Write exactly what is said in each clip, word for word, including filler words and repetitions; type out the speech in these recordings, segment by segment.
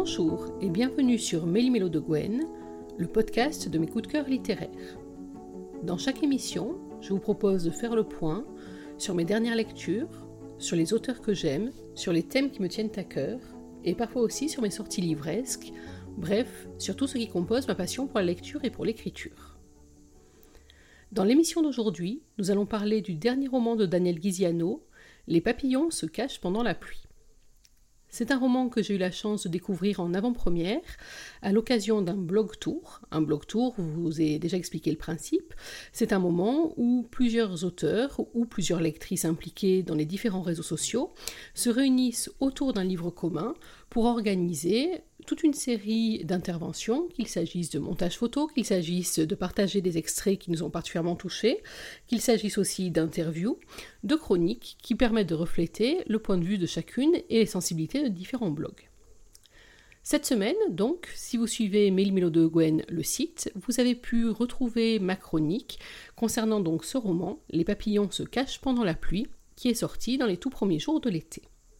Bonjour et bienvenue sur Méli-Mélo de Gwen, le podcast de mes coups de cœur littéraires. Dans chaque émission, je vous propose de faire le point sur mes dernières lectures, sur les auteurs que j'aime, sur les thèmes qui me tiennent à cœur, et parfois aussi sur mes sorties livresques, bref, sur tout ce qui compose ma passion pour la lecture et pour l'écriture. Dans l'émission d'aujourd'hui, nous allons parler du dernier roman de Daniel Guisiano, Les papillons se cachent pendant la pluie. C'est un roman que j'ai eu la chance de découvrir en avant-première à l'occasion d'un blog tour. Un blog tour, je vous ai déjà expliqué le principe. C'est un moment où plusieurs auteurs ou plusieurs lectrices impliquées dans les différents réseaux sociaux se réunissent autour d'un livre commun pour organiser toute une série d'interventions, qu'il s'agisse de montage photo, qu'il s'agisse de partager des extraits qui nous ont particulièrement touchés, qu'il s'agisse aussi d'interviews, de chroniques qui permettent de refléter le point de vue de chacune et les sensibilités de différents blogs. Cette semaine, donc, si vous suivez Méli-Mélo de Gwen, le site, vous avez pu retrouver ma chronique concernant donc ce roman, Les papillons se cachent pendant la pluie, qui est sorti dans les tout premiers jours de l'été.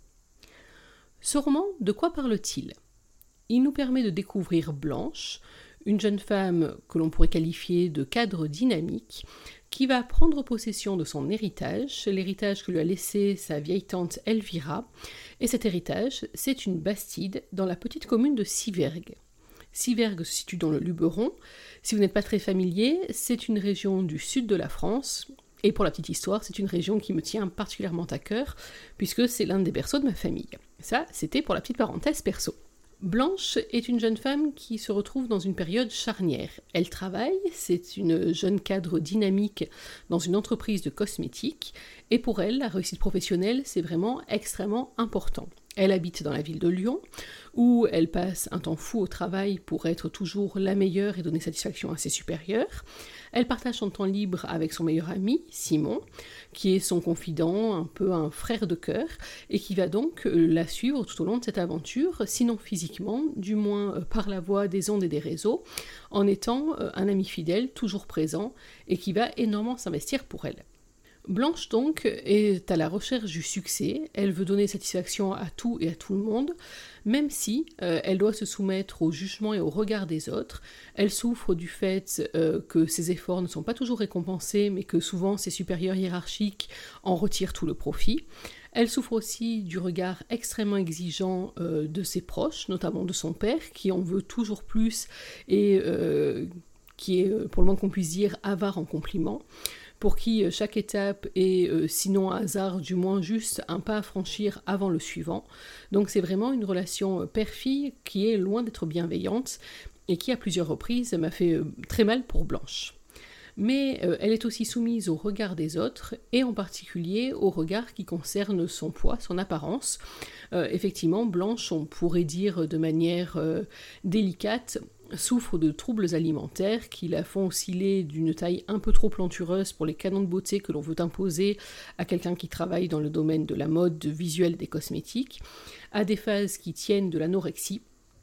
Ce roman, de quoi parle-t-il ? Il nous permet de découvrir Blanche, une jeune femme que l'on pourrait qualifier de cadre dynamique, qui va prendre possession de son héritage, l'héritage que lui a laissé sa vieille tante Elvira, et cet héritage, c'est une bastide dans la petite commune de Sivergues. Sivergues se situe dans le Luberon. Si vous n'êtes pas très familier, c'est une région du sud de la France, et pour la petite histoire, c'est une région qui me tient particulièrement à cœur, puisque c'est l'un des berceaux de ma famille. Ça, c'était pour la petite parenthèse perso. Blanche est une jeune femme qui se retrouve dans une période charnière. Elle travaille, c'est une jeune cadre dynamique dans une entreprise de cosmétiques, et pour elle, la réussite professionnelle, c'est vraiment extrêmement important. Elle habite dans la ville de Lyon, où elle passe un temps fou au travail pour être toujours la meilleure et donner satisfaction à ses supérieurs. Elle partage son temps libre avec son meilleur ami, Simon, qui est son confident, un peu un frère de cœur, et qui va donc la suivre tout au long de cette aventure, sinon physiquement, du moins par la voie des ondes et des réseaux, en étant un ami fidèle, toujours présent, et qui va énormément s'investir pour elle. Blanche, donc, est à la recherche du succès, elle veut donner satisfaction à tout et à tout le monde, même si euh, elle doit se soumettre au jugement et au regard des autres. Elle souffre du fait euh, que ses efforts ne sont pas toujours récompensés, mais que souvent ses supérieurs hiérarchiques en retirent tout le profit. Elle souffre aussi du regard extrêmement exigeant euh, de ses proches, notamment de son père, qui en veut toujours plus et euh, qui est, pour le moins qu'on puisse dire, avare en compliments, pour qui chaque étape est, euh, sinon un hasard, du moins juste un pas à franchir avant le suivant. Donc c'est vraiment une relation père-fille qui est loin d'être bienveillante et qui à plusieurs reprises m'a fait euh, très mal pour Blanche. Mais euh, elle est aussi soumise au regard des autres, et en particulier au regard qui concerne son poids, son apparence. Euh, effectivement, Blanche, on pourrait dire de manière euh, délicate, souffre de troubles alimentaires qui la font osciller d'une taille un peu trop plantureuse pour les canons de beauté que l'on veut imposer à quelqu'un qui travaille dans le domaine de la mode, de visuel, des cosmétiques, à des phases qui tiennent de l'anorexie.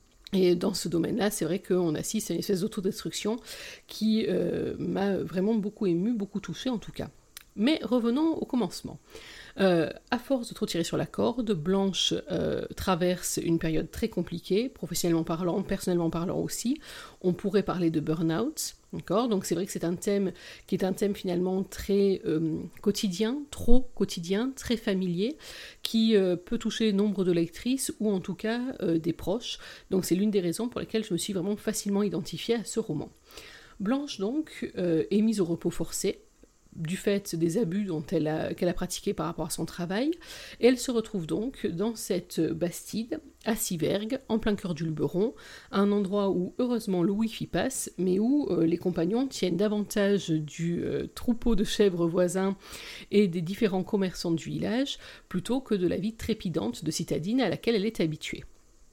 Et dans ce domaine-là, c'est vrai qu'on assiste à une espèce d'autodestruction qui euh, m'a vraiment beaucoup émue, beaucoup touchée en tout cas. Mais revenons au commencement. Euh, à force de trop tirer sur la corde, Blanche euh, traverse une période très compliquée, professionnellement parlant, personnellement parlant aussi. On pourrait parler de burn-out, d'accord ? Donc c'est vrai que c'est un thème qui est un thème finalement très euh, quotidien, trop quotidien, très familier, qui euh, peut toucher nombre de lectrices ou en tout cas euh, des proches. Donc c'est l'une des raisons pour lesquelles je me suis vraiment facilement identifiée à ce roman. Blanche donc euh, est mise au repos forcé, du fait des abus dont elle a, qu'elle a pratiqués par rapport à son travail, et elle se retrouve donc dans cette bastide, à Sivergues, en plein cœur du Luberon, un endroit où heureusement le wifi passe, mais où euh, les compagnons tiennent davantage du euh, troupeau de chèvres voisins et des différents commerçants du village, plutôt que de la vie trépidante de citadine à laquelle elle est habituée.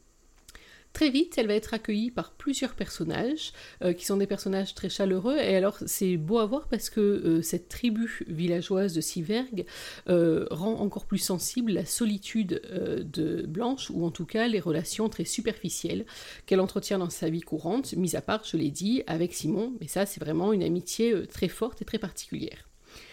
Très vite, elle va être accueillie par plusieurs personnages, euh, qui sont des personnages très chaleureux, et alors c'est beau à voir parce que euh, cette tribu villageoise de Sivergues euh, rend encore plus sensible la solitude euh, de Blanche, ou en tout cas les relations très superficielles qu'elle entretient dans sa vie courante, mis à part, je l'ai dit, avec Simon, mais ça c'est vraiment une amitié euh, très forte et très particulière.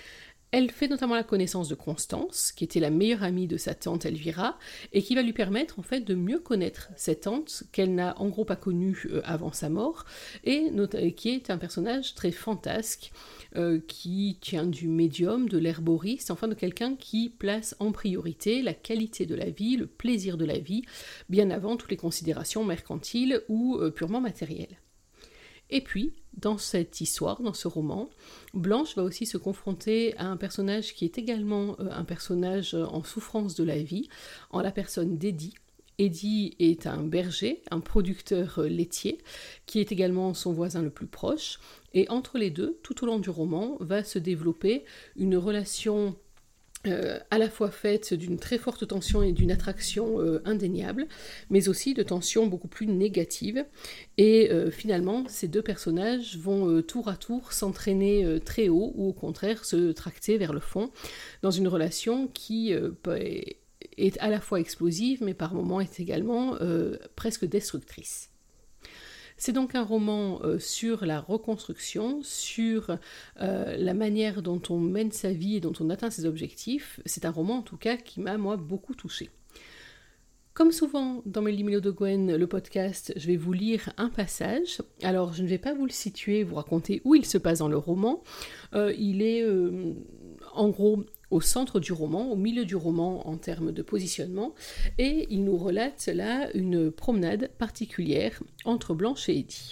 Elle fait notamment la connaissance de Constance, qui était la meilleure amie de sa tante Elvira, et qui va lui permettre en fait de mieux connaître cette tante qu'elle n'a en gros pas connue euh, avant sa mort, et not- qui est un personnage très fantasque, euh, qui tient du médium, de l'herboriste, enfin de quelqu'un qui place en priorité la qualité de la vie, le plaisir de la vie, bien avant toutes les considérations mercantiles ou euh, purement matérielles. Et puis, dans cette histoire, dans ce roman, Blanche va aussi se confronter à un personnage qui est également euh, un personnage en souffrance de la vie, en la personne d'Eddie. Eddie est un berger, un producteur euh, laitier, qui est également son voisin le plus proche, et entre les deux, tout au long du roman, va se développer une relation Euh, à la fois faite d'une très forte tension et d'une attraction euh, indéniable, mais aussi de tensions beaucoup plus négatives. Et euh, finalement, ces deux personnages vont euh, tour à tour s'entraîner euh, très haut, ou au contraire se tracter vers le fond, dans une relation qui euh, est à la fois explosive, mais par moments est également euh, presque destructrice. C'est donc un roman euh, sur la reconstruction, sur euh, la manière dont on mène sa vie et dont on atteint ses objectifs. C'est un roman en tout cas qui m'a moi beaucoup touchée. Comme souvent dans Mélie Mélot de Gouin, le podcast, je vais vous lire un passage. Alors je ne vais pas vous le situer, vous raconter où il se passe dans le roman. Euh, il est euh, en gros au centre du roman, au milieu du roman en termes de positionnement, et il nous relate là une promenade particulière entre Blanche et Eddie.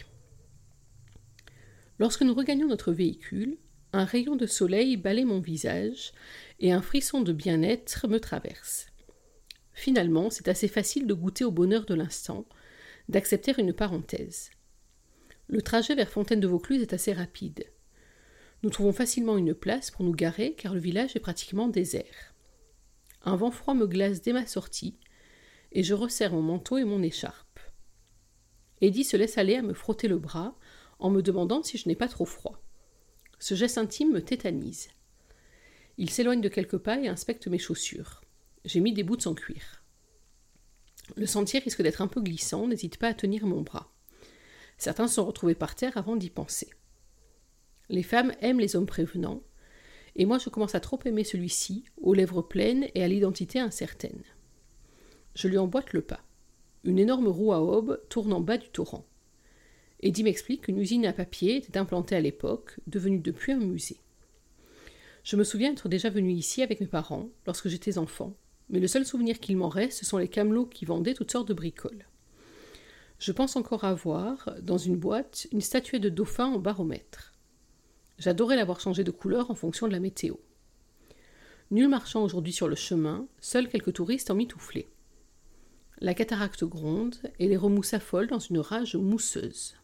Lorsque nous regagnons notre véhicule, un rayon de soleil balaie mon visage et un frisson de bien-être me traverse. Finalement, c'est assez facile de goûter au bonheur de l'instant, d'accepter une parenthèse. Le trajet vers Fontaine-de-Vaucluse est assez rapide. Nous trouvons facilement une place pour nous garer car le village est pratiquement désert. Un vent froid me glace dès ma sortie et je resserre mon manteau et mon écharpe. Eddie se laisse aller à me frotter le bras en me demandant si je n'ai pas trop froid. Ce geste intime me tétanise. Il s'éloigne de quelques pas et inspecte mes chaussures. J'ai mis des boots en cuir. Le sentier risque d'être un peu glissant, n'hésite pas à tenir mon bras. Certains se sont retrouvés par terre avant d'y penser. Les femmes aiment les hommes prévenants, et moi je commence à trop aimer celui-ci, aux lèvres pleines et à l'identité incertaine. Je lui emboîte le pas. Une énorme roue à aubes tourne en bas du torrent. Eddie m'explique qu'une usine à papier était implantée à l'époque, devenue depuis un musée. Je me souviens être déjà venue ici avec mes parents, lorsque j'étais enfant, mais le seul souvenir qu'il m'en reste, ce sont les camelots qui vendaient toutes sortes de bricoles. Je pense encore avoir, dans une boîte, une statuette de dauphin en baromètre. J'adorais l'avoir changé de couleur en fonction de la météo. Nul marchand aujourd'hui sur le chemin, seuls quelques touristes en mitouflés. La cataracte gronde et les remous s'affolent dans une rage mousseuse.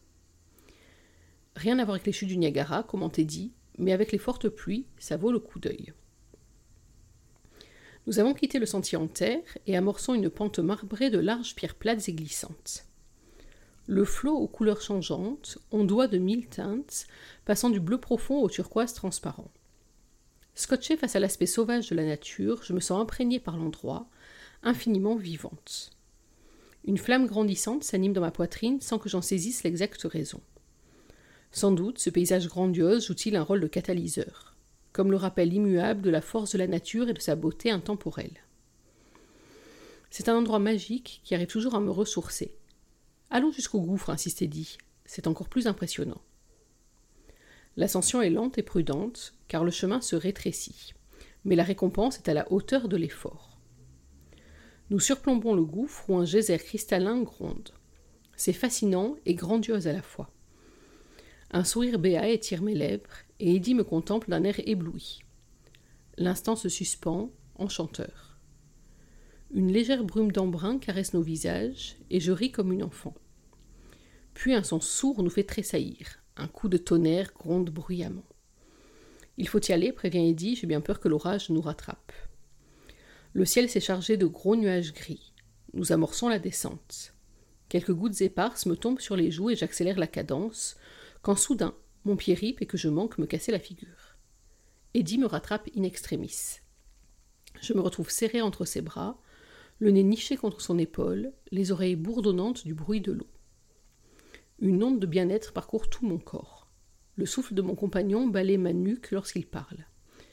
Rien à voir avec les chutes du Niagara, comme on t'a dit, mais avec les fortes pluies, ça vaut le coup d'œil. Nous avons quitté le sentier en terre et amorçons une pente marbrée de larges pierres plates et glissantes. Le flot aux couleurs changeantes, ondoie de mille teintes, passant du bleu profond au turquoise transparent. Scotchée face à l'aspect sauvage de la nature, je me sens imprégnée par l'endroit, infiniment vivante. Une flamme grandissante s'anime dans ma poitrine sans que j'en saisisse l'exacte raison. Sans doute, ce paysage grandiose joue-t-il un rôle de catalyseur, comme le rappel immuable de la force de la nature et de sa beauté intemporelle. C'est un endroit magique qui arrive toujours à me ressourcer. Allons jusqu'au gouffre, insiste Eddie. C'est encore plus impressionnant. L'ascension est lente et prudente, car le chemin se rétrécit. Mais la récompense est à la hauteur de l'effort. Nous surplombons le gouffre où un geyser cristallin gronde. C'est fascinant et grandiose à la fois. Un sourire béat étire mes lèvres, et Eddie me contemple d'un air ébloui. L'instant se suspend, enchanteur. Une légère brume d'embrun caresse nos visages, et je ris comme une enfant. Puis un son sourd nous fait tressaillir. Un coup de tonnerre gronde bruyamment. Il faut y aller, prévient Eddie, j'ai bien peur que l'orage nous rattrape. Le ciel s'est chargé de gros nuages gris. Nous amorçons la descente. Quelques gouttes éparses me tombent sur les joues et j'accélère la cadence, quand soudain, mon pied ripe et que je manque me casser la figure. Eddie me rattrape in extremis. Je me retrouve serré entre ses bras, le nez niché contre son épaule, les oreilles bourdonnantes du bruit de l'eau. Une onde de bien-être parcourt tout mon corps. Le souffle de mon compagnon balaie ma nuque lorsqu'il parle.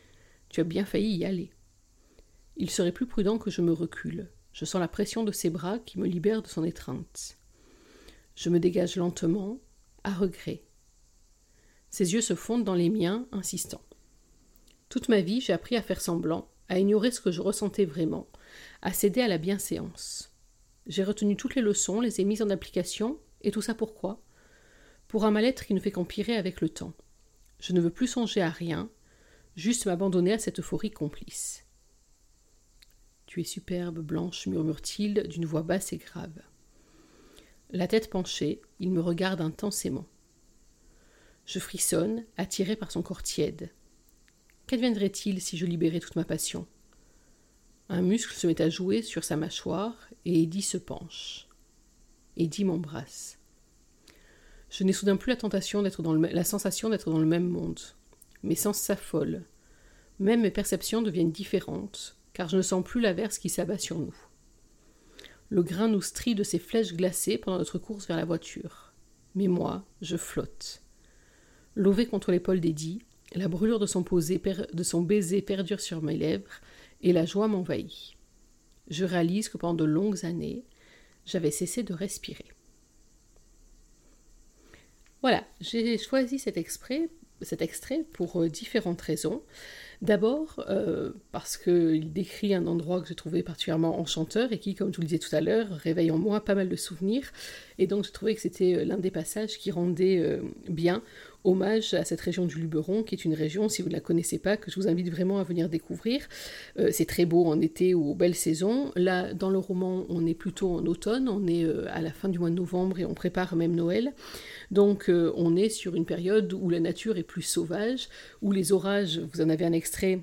Tu as bien failli y aller. Il serait plus prudent que je me recule. Je sens la pression de ses bras qui me libère de son étreinte. Je me dégage lentement, à regret. Ses yeux se fondent dans les miens, insistants. Toute ma vie, j'ai appris à faire semblant, à ignorer ce que je ressentais vraiment, à céder à la bienséance. J'ai retenu toutes les leçons, les ai mises en application, et tout ça pourquoi ? Pour un mal-être qui ne fait qu'empirer avec le temps. Je ne veux plus songer à rien, juste m'abandonner à cette euphorie complice. Tu es superbe, Blanche, murmure-t-il d'une voix basse et grave. La tête penchée, il me regarde intensément. Je frissonne, attirée par son corps tiède. Qu'adviendrait-il si je libérais toute ma passion ? Un muscle se met à jouer sur sa mâchoire et Eddie se penche. Eddie m'embrasse. Je n'ai soudain plus la tentation d'être dans le, la sensation d'être dans le même monde. Mes sens s'affolent. Même mes perceptions deviennent différentes, car je ne sens plus l'averse qui s'abat sur nous. Le grain nous strie de ses flèches glacées pendant notre course vers la voiture. Mais moi, je flotte. Lové contre l'épaule d'Eddie, la brûlure de son, posé, per, de son baiser perdure sur mes lèvres, et la joie m'envahit. Je réalise que pendant de longues années, j'avais cessé de respirer. Voilà, j'ai choisi cet extrait, cet extrait pour euh, différentes raisons. D'abord, euh, parce qu'il décrit un endroit que j'ai trouvé particulièrement enchanteur et qui, comme je vous le disais tout à l'heure, réveille en moi pas mal de souvenirs. Et donc, j'ai trouvé que c'était l'un des passages qui rendait euh, bien hommage à cette région du Luberon, qui est une région, si vous ne la connaissez pas, que je vous invite vraiment à venir découvrir. Euh, c'est très beau en été ou aux belles saisons. Là, dans le roman, on est plutôt en automne, on est euh, à la fin du mois de novembre et on prépare même Noël. Donc, euh, on est sur une période où la nature est plus sauvage, où les orages, vous en avez un extrait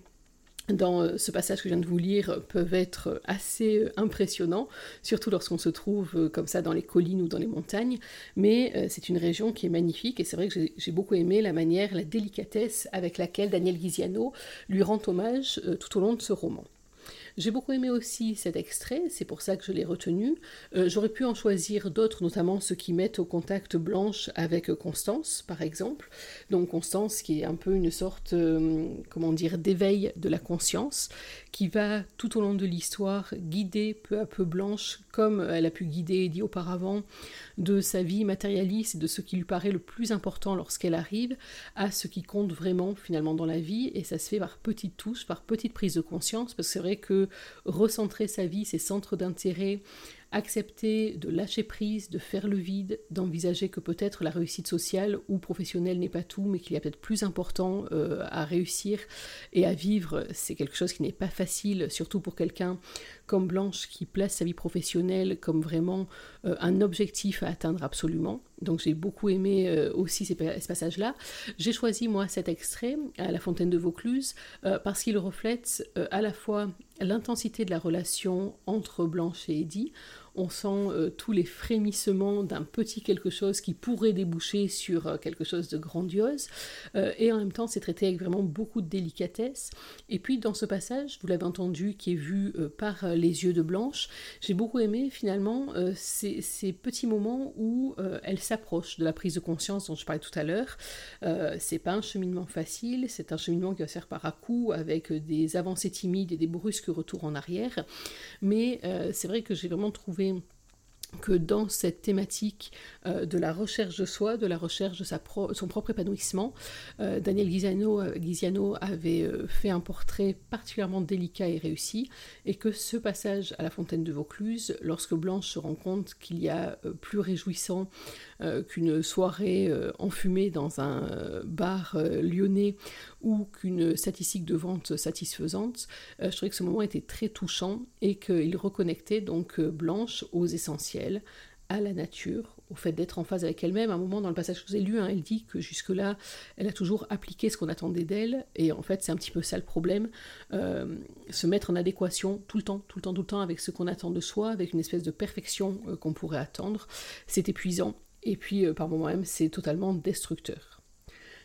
dans ce passage que je viens de vous lire, peuvent être assez impressionnants, surtout lorsqu'on se trouve comme ça dans les collines ou dans les montagnes, mais c'est une région qui est magnifique, et c'est vrai que j'ai, j'ai beaucoup aimé la manière, la délicatesse avec laquelle Daniel Guisiano lui rend hommage tout au long de ce roman. J'ai beaucoup aimé aussi cet extrait, c'est pour ça que je l'ai retenu. Euh, j'aurais pu en choisir d'autres, notamment ceux qui mettent au contact Blanche avec Constance, par exemple. Donc Constance qui est un peu une sorte, euh, comment dire, d'éveil de la conscience, qui va tout au long de l'histoire guider peu à peu Blanche, comme elle a pu guider Eddie auparavant, de sa vie matérialiste et de ce qui lui paraît le plus important lorsqu'elle arrive, à ce qui compte vraiment finalement dans la vie, et ça se fait par petites touches, par petites prises de conscience, parce que c'est vrai que recentrer sa vie, ses centres d'intérêt, accepter de lâcher prise, de faire le vide, d'envisager que peut-être la réussite sociale ou professionnelle n'est pas tout, mais qu'il y a peut-être plus important euh, à réussir et à vivre, c'est quelque chose qui n'est pas facile, surtout pour quelqu'un comme Blanche qui place sa vie professionnelle comme vraiment euh, un objectif à atteindre absolument. Donc j'ai beaucoup aimé euh, aussi ces, ce passage-là. J'ai choisi moi cet extrait à La Fontaine de Vaucluse euh, parce qu'il reflète euh, à la fois l'intensité de la relation entre Blanche et Eddie. On sent euh, tous les frémissements d'un petit quelque chose qui pourrait déboucher sur euh, quelque chose de grandiose, euh, et en même temps c'est traité avec vraiment beaucoup de délicatesse. Et puis dans ce passage, vous l'avez entendu, qui est vu euh, par euh, les yeux de Blanche, j'ai beaucoup aimé finalement euh, ces, ces petits moments où euh, elle s'approche de la prise de conscience dont je parlais tout à l'heure. Euh, c'est pas un cheminement facile, c'est un cheminement qui va se faire par à-coups, avec des avancées timides et des brusques retours en arrière, mais euh, c'est vrai que j'ai vraiment trouvé que dans cette thématique euh, de la recherche de soi, de la recherche de sa pro- son propre épanouissement, euh, Daniel Guisiano, euh, Guisiano avait euh, fait un portrait particulièrement délicat et réussi, et que ce passage à La Fontaine de Vaucluse, lorsque Blanche se rend compte qu'il y a euh, plus réjouissant euh, qu'une soirée euh, enfumée dans un euh, bar euh, lyonnais ou qu'une statistique de vente satisfaisante, euh, je trouvais que ce moment était très touchant et qu'il reconnectait donc euh, Blanche aux essentiels, à la nature, au fait d'être en phase avec elle-même. À un moment dans le passage que je vous ai lu, hein, elle dit que jusque-là, elle a toujours appliqué ce qu'on attendait d'elle, et en fait c'est un petit peu ça le problème, euh, se mettre en adéquation tout le temps, tout le temps, tout le temps avec ce qu'on attend de soi, avec une espèce de perfection euh, qu'on pourrait attendre, c'est épuisant, et puis euh, par moments même c'est totalement destructeur.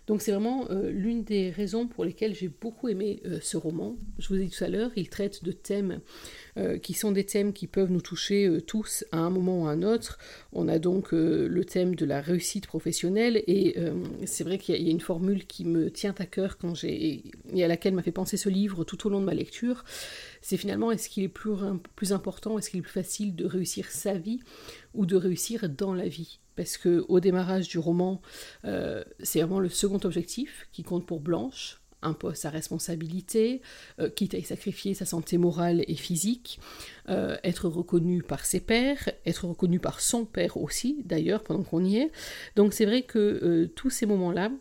Donc c'est vraiment euh, l'une des raisons pour lesquelles j'ai beaucoup aimé euh, ce roman. Je vous ai dit tout à l'heure, il traite de thèmes euh, qui sont des thèmes qui peuvent nous toucher euh, tous à un moment ou à un autre. On a donc euh, le thème de la réussite professionnelle, et euh, c'est vrai qu'il y, y a une formule qui me tient à cœur quand j'ai, et à laquelle m'a fait penser ce livre tout au long de ma lecture. C'est finalement, est-ce qu'il est plus, plus important, est-ce qu'il est plus facile de réussir sa vie ou de réussir dans la vie ? Parce qu'au démarrage du roman, euh, c'est vraiment le second objectif qui compte pour Blanche, un poste à responsabilité, euh, quitte à y sacrifier sa santé morale et physique, euh, être reconnue par ses pairs, être reconnue par son père aussi, d'ailleurs, pendant qu'on y est. Donc c'est vrai que euh, tous ces moments-là,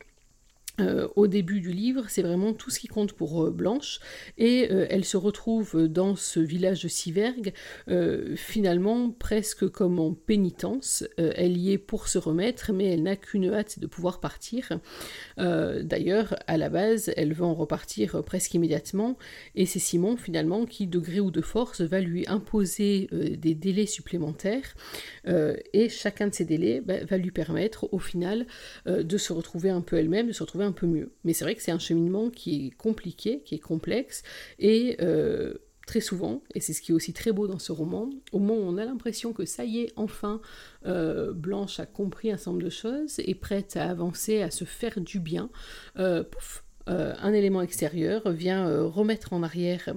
Euh, au début du livre, c'est vraiment tout ce qui compte pour euh, Blanche, et euh, elle se retrouve dans ce village de Sivergue, euh, finalement presque comme en pénitence. Euh, elle y est pour se remettre, mais elle n'a qu'une hâte, c'est de pouvoir partir. Euh, d'ailleurs, à la base, elle veut en repartir presque immédiatement, et c'est Simon finalement qui, de gré ou de force, va lui imposer euh, des délais supplémentaires, euh, et chacun de ces délais bah, va lui permettre au final euh, de se retrouver un peu elle-même, de se retrouver un peu mieux. Mais c'est vrai que c'est un cheminement qui est compliqué, qui est complexe, et euh, très souvent, et c'est ce qui est aussi très beau dans ce roman, au moment où on a l'impression que ça y est, enfin, euh, Blanche a compris un certain nombre de choses, est prête à avancer, à se faire du bien, euh, pouf, euh, un élément extérieur vient euh, remettre en arrière,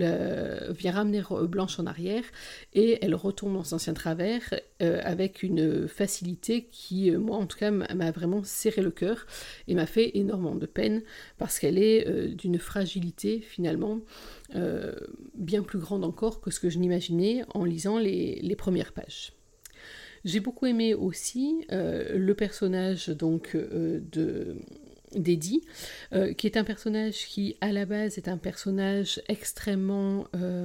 le, vient ramener Blanche en arrière, et elle retombe dans son ancien travers euh, avec une facilité qui, euh, moi en tout cas, m'a vraiment serré le cœur et m'a fait énormément de peine, parce qu'elle est euh, d'une fragilité finalement euh, bien plus grande encore que ce que je n'imaginais en lisant les, les premières pages. J'ai beaucoup aimé aussi euh, le personnage donc euh, de d'Eddie, euh, qui est un personnage qui, à la base, est un personnage extrêmement euh,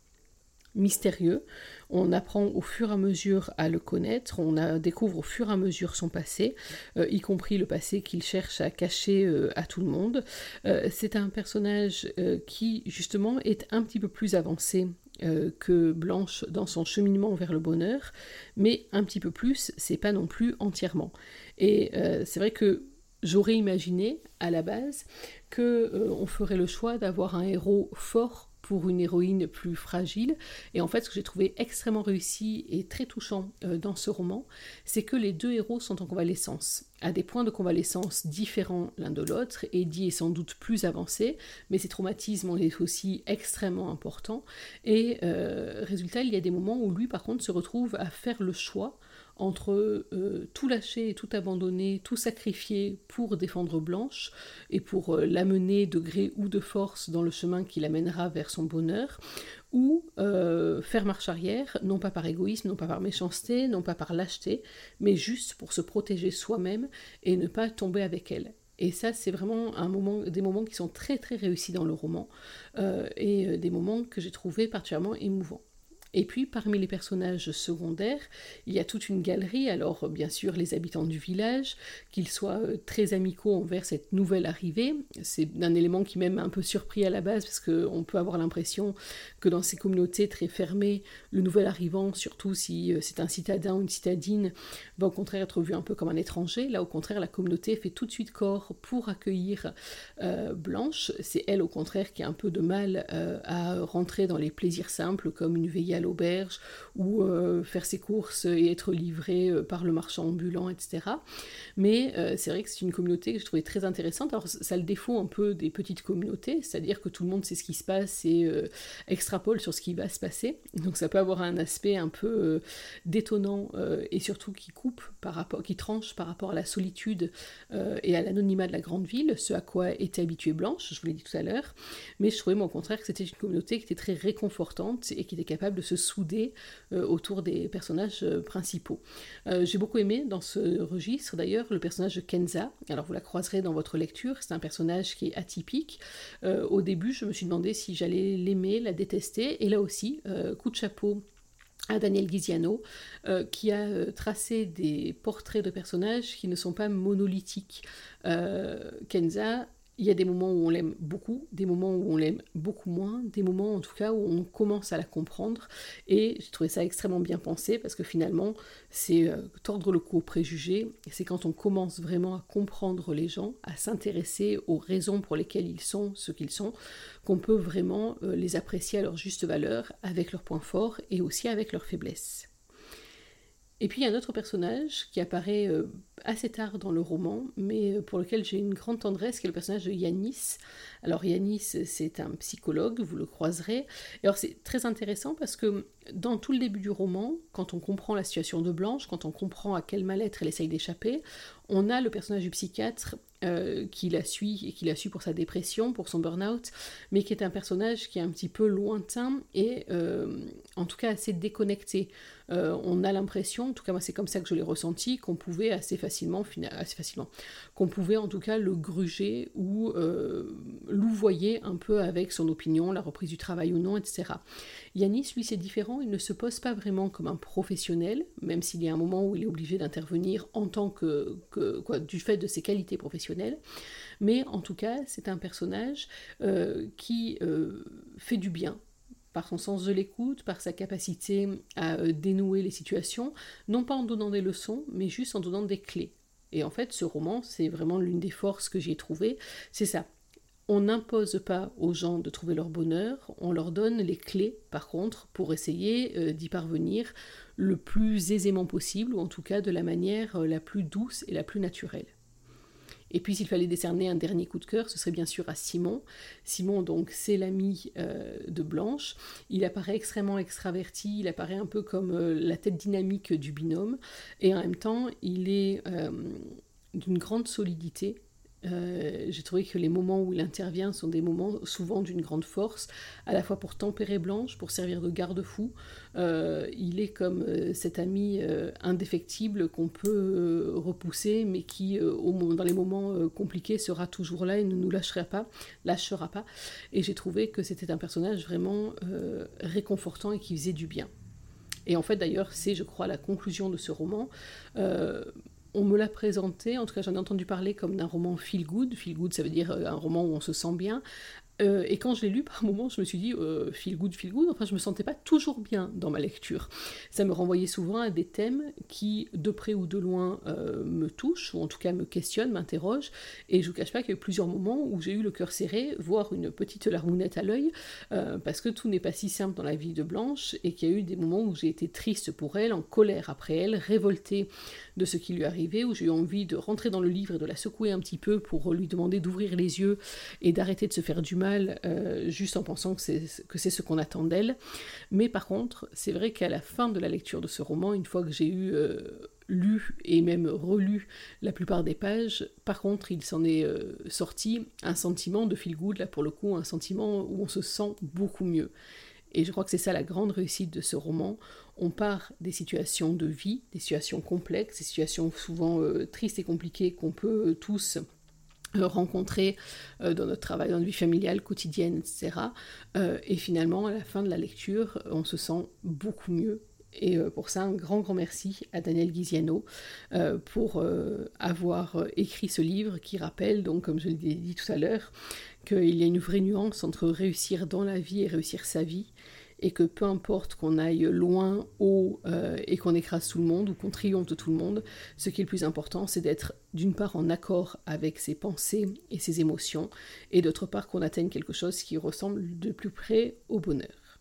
mystérieux. On apprend au fur et à mesure à le connaître, on a, découvre au fur et à mesure son passé, euh, y compris le passé qu'il cherche à cacher euh, à tout le monde. Euh, c'est un personnage euh, qui, justement, est un petit peu plus avancé euh, que Blanche dans son cheminement vers le bonheur, mais un petit peu plus, c'est pas non plus entièrement. Et euh, c'est vrai que j'aurais imaginé, à la base, qu'on euh, ferait le choix d'avoir un héros fort pour une héroïne plus fragile. Et en fait, ce que j'ai trouvé extrêmement réussi et très touchant euh, dans ce roman, c'est que les deux héros sont en convalescence, à des points de convalescence différents l'un de l'autre. Eddie est sans doute plus avancé, mais ses traumatismes sont aussi extrêmement importants. Et euh, résultat, il y a des moments où lui, par contre, se retrouve à faire le choix entre euh, tout lâcher, tout abandonner, tout sacrifier pour défendre Blanche et pour euh, l'amener de gré ou de force dans le chemin qui l'amènera vers son bonheur, ou euh, faire marche arrière, non pas par égoïsme, non pas par méchanceté, non pas par lâcheté, mais juste pour se protéger soi-même et ne pas tomber avec elle. Et ça, c'est vraiment un moment, des moments qui sont très très réussis dans le roman, euh, et euh, des moments que j'ai trouvés particulièrement émouvants. Et puis, parmi les personnages secondaires, il y a toute une galerie. Alors, bien sûr, les habitants du village, qu'ils soient très amicaux envers cette nouvelle arrivée. C'est un élément qui m'a un peu surpris à la base, parce qu'on peut avoir l'impression que dans ces communautés très fermées, le nouvel arrivant, surtout si c'est un citadin ou une citadine, va au contraire être vu un peu comme un étranger. Là, au contraire, la communauté fait tout de suite corps pour accueillir euh, Blanche. C'est elle, au contraire, qui a un peu de mal euh, à rentrer dans les plaisirs simples, comme une veillée à l'auberge, ou euh, faire ses courses et être livré euh, par le marchand ambulant, et cetera. Mais euh, c'est vrai que c'est une communauté que je trouvais très intéressante. Alors ça a le défaut un peu des petites communautés, c'est-à-dire que tout le monde sait ce qui se passe et euh, extrapole sur ce qui va se passer. Donc ça peut avoir un aspect un peu euh, détonnant euh, et surtout qui coupe par rapport, qui tranche par rapport à la solitude euh, et à l'anonymat de la grande ville, ce à quoi était habituée Blanche, je vous l'ai dit tout à l'heure. Mais je trouvais moi au contraire que c'était une communauté qui était très réconfortante et qui était capable de se souder euh, autour des personnages euh, principaux. Euh, j'ai beaucoup aimé dans ce registre d'ailleurs le personnage de Kenza. Alors vous la croiserez dans votre lecture, c'est un personnage qui est atypique. Euh, au début je me suis demandé si j'allais l'aimer, la détester, et là aussi, euh, coup de chapeau à Daniel Ghiziano, euh, qui a euh, tracé des portraits de personnages qui ne sont pas monolithiques. Euh, Kenza Il y a des moments où on l'aime beaucoup, des moments où on l'aime beaucoup moins, des moments en tout cas où on commence à la comprendre, et j'ai trouvé ça extrêmement bien pensé parce que finalement c'est euh, tordre le cou aux préjugés, et c'est quand on commence vraiment à comprendre les gens, à s'intéresser aux raisons pour lesquelles ils sont ce qu'ils sont, qu'on peut vraiment euh, les apprécier à leur juste valeur, avec leurs points forts et aussi avec leurs faiblesses. Et puis il y a un autre personnage qui apparaît euh, assez tard dans le roman, mais pour lequel j'ai une grande tendresse, qui est le personnage de Yanis. Alors Yanis, c'est un psychologue, vous le croiserez. Et alors c'est très intéressant parce que dans tout le début du roman, quand on comprend la situation de Blanche, quand on comprend à quel mal-être elle essaye d'échapper, on a le personnage du psychiatre euh, qui la suit, et qui la suit pour sa dépression, pour son burn-out, mais qui est un personnage qui est un petit peu lointain et euh, en tout cas assez déconnecté. Euh, on a l'impression, en tout cas moi c'est comme ça que je l'ai ressenti, qu'on pouvait assez facilement, assez facilement, qu'on pouvait en tout cas le gruger ou euh, louvoyer un peu avec son opinion, la reprise du travail ou non, et cetera. Yanis, lui, c'est différent, il ne se pose pas vraiment comme un professionnel, même s'il y a un moment où il est obligé d'intervenir en tant que, que quoi, du fait de ses qualités professionnelles, mais en tout cas, c'est un personnage euh, qui euh, fait du bien, par son sens de l'écoute, par sa capacité à euh, dénouer les situations, non pas en donnant des leçons, mais juste en donnant des clés. Et en fait, ce roman, c'est vraiment l'une des forces que j'ai trouvées, c'est ça. On n'impose pas aux gens de trouver leur bonheur, on leur donne les clés, par contre, pour essayer euh, d'y parvenir le plus aisément possible, ou en tout cas de la manière euh, la plus douce et la plus naturelle. Et puis s'il fallait décerner un dernier coup de cœur, ce serait bien sûr à Simon. Simon, donc, c'est l'ami euh, de Blanche. Il apparaît extrêmement extraverti, il apparaît un peu comme euh, la tête dynamique du binôme, et en même temps, il est euh, d'une grande solidité. Euh, j'ai trouvé que les moments où il intervient sont des moments souvent d'une grande force, à la fois pour tempérer Blanche, pour servir de garde-fou. Euh, il est comme euh, cet ami euh, indéfectible qu'on peut euh, repousser, mais qui, euh, au, dans les moments euh, compliqués, sera toujours là et ne nous lâchera pas, lâchera pas. Et j'ai trouvé que c'était un personnage vraiment euh, réconfortant et qui faisait du bien. Et en fait, d'ailleurs, c'est, je crois, la conclusion de ce roman. Euh, On me l'a présenté, en tout cas j'en ai entendu parler comme d'un roman feel good. Feel good, ça veut dire un roman où on se sent bien. Euh, et quand je l'ai lu, par moments, je me suis dit euh, feel good, feel good. Enfin, je me sentais pas toujours bien dans ma lecture. Ça me renvoyait souvent à des thèmes qui, de près ou de loin, euh, me touchent, ou en tout cas me questionnent, m'interrogent. Et je vous cache pas qu'il y a eu plusieurs moments où j'ai eu le cœur serré, voire une petite larmounette à l'œil, euh, parce que tout n'est pas si simple dans la vie de Blanche, et qu'il y a eu des moments où j'ai été triste pour elle, en colère après elle, révoltée de ce qui lui arrivait, où j'ai eu envie de rentrer dans le livre et de la secouer un petit peu pour lui demander d'ouvrir les yeux et d'arrêter de se faire du mal, euh, juste en pensant que c'est, que c'est ce qu'on attend d'elle. Mais par contre, c'est vrai qu'à la fin de la lecture de ce roman, une fois que j'ai eu euh, lu et même relu la plupart des pages, par contre, il s'en est euh, sorti un sentiment de feel good, là pour le coup, un sentiment où on se sent beaucoup mieux. Et je crois que c'est ça la grande réussite de ce roman. On part des situations de vie, des situations complexes, des situations souvent euh, tristes et compliquées qu'on peut euh, tous euh, rencontrer euh, dans notre travail, dans notre vie familiale, quotidienne, et cetera. Euh, et finalement, à la fin de la lecture, on se sent beaucoup mieux. Et euh, pour ça, un grand, grand merci à Daniel Guisiano euh, pour euh, avoir écrit ce livre qui rappelle, donc, comme je l'ai dit tout à l'heure, qu'il y a une vraie nuance entre réussir dans la vie et réussir sa vie, et que peu importe qu'on aille loin, haut, euh, et qu'on écrase tout le monde, ou qu'on triomphe de tout le monde, ce qui est le plus important, c'est d'être d'une part en accord avec ses pensées et ses émotions, et d'autre part qu'on atteigne quelque chose qui ressemble de plus près au bonheur.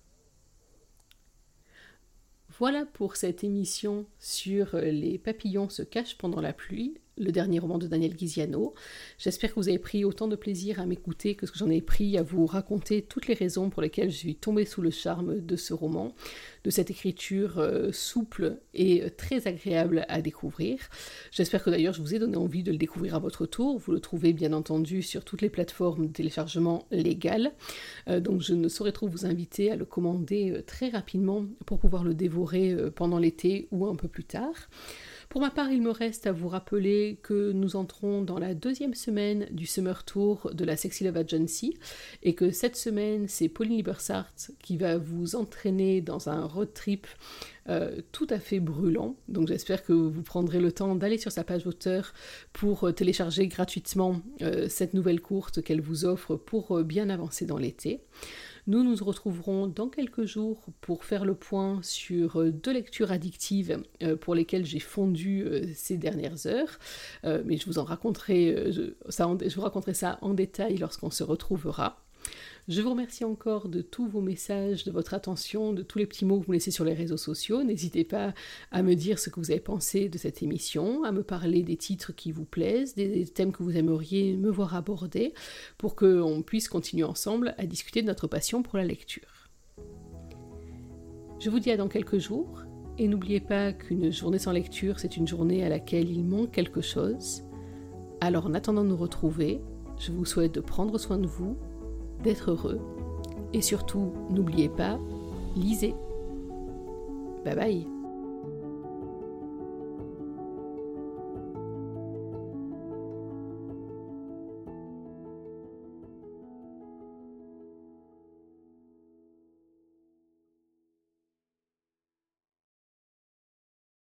Voilà pour cette émission sur Les papillons se cachent pendant la pluie, le dernier roman de Daniel Guisiano. J'espère que vous avez pris autant de plaisir à m'écouter que ce que j'en ai pris à vous raconter toutes les raisons pour lesquelles je suis tombée sous le charme de ce roman, de cette écriture euh, souple et très agréable à découvrir. J'espère que d'ailleurs je vous ai donné envie de le découvrir à votre tour. Vous le trouvez bien entendu sur toutes les plateformes de téléchargement légales. Euh, donc je ne saurais trop vous inviter à le commander euh, très rapidement pour pouvoir le dévorer euh, pendant l'été ou un peu plus tard. Pour ma part, il me reste à vous rappeler que nous entrons dans la deuxième semaine du Summer Tour de la Sexy Love Agency et que cette semaine, c'est Pauline Libersart qui va vous entraîner dans un road trip euh, tout à fait brûlant. Donc j'espère que vous prendrez le temps d'aller sur sa page auteur pour euh, télécharger gratuitement euh, cette nouvelle courte qu'elle vous offre pour euh, bien avancer dans l'été. Nous nous retrouverons dans quelques jours pour faire le point sur euh, deux lectures addictives euh, pour lesquelles j'ai fondu euh, ces dernières heures. Euh, mais je vous en raconterai, euh, je, ça en, je vous raconterai ça en détail lorsqu'on se retrouvera. Je vous remercie encore de tous vos messages, de votre attention, de tous les petits mots que vous laissez sur les réseaux sociaux. N'hésitez pas à me dire ce que vous avez pensé de cette émission, à me parler des titres qui vous plaisent, des thèmes que vous aimeriez me voir aborder, pour qu'on puisse continuer ensemble à discuter de notre passion pour la lecture. Je vous dis à dans quelques jours, et n'oubliez pas qu'une journée sans lecture, c'est une journée à laquelle il manque quelque chose. Alors en attendant de nous retrouver, je vous souhaite de prendre soin de vous, d'être heureux, et surtout, n'oubliez pas, lisez. Bye bye.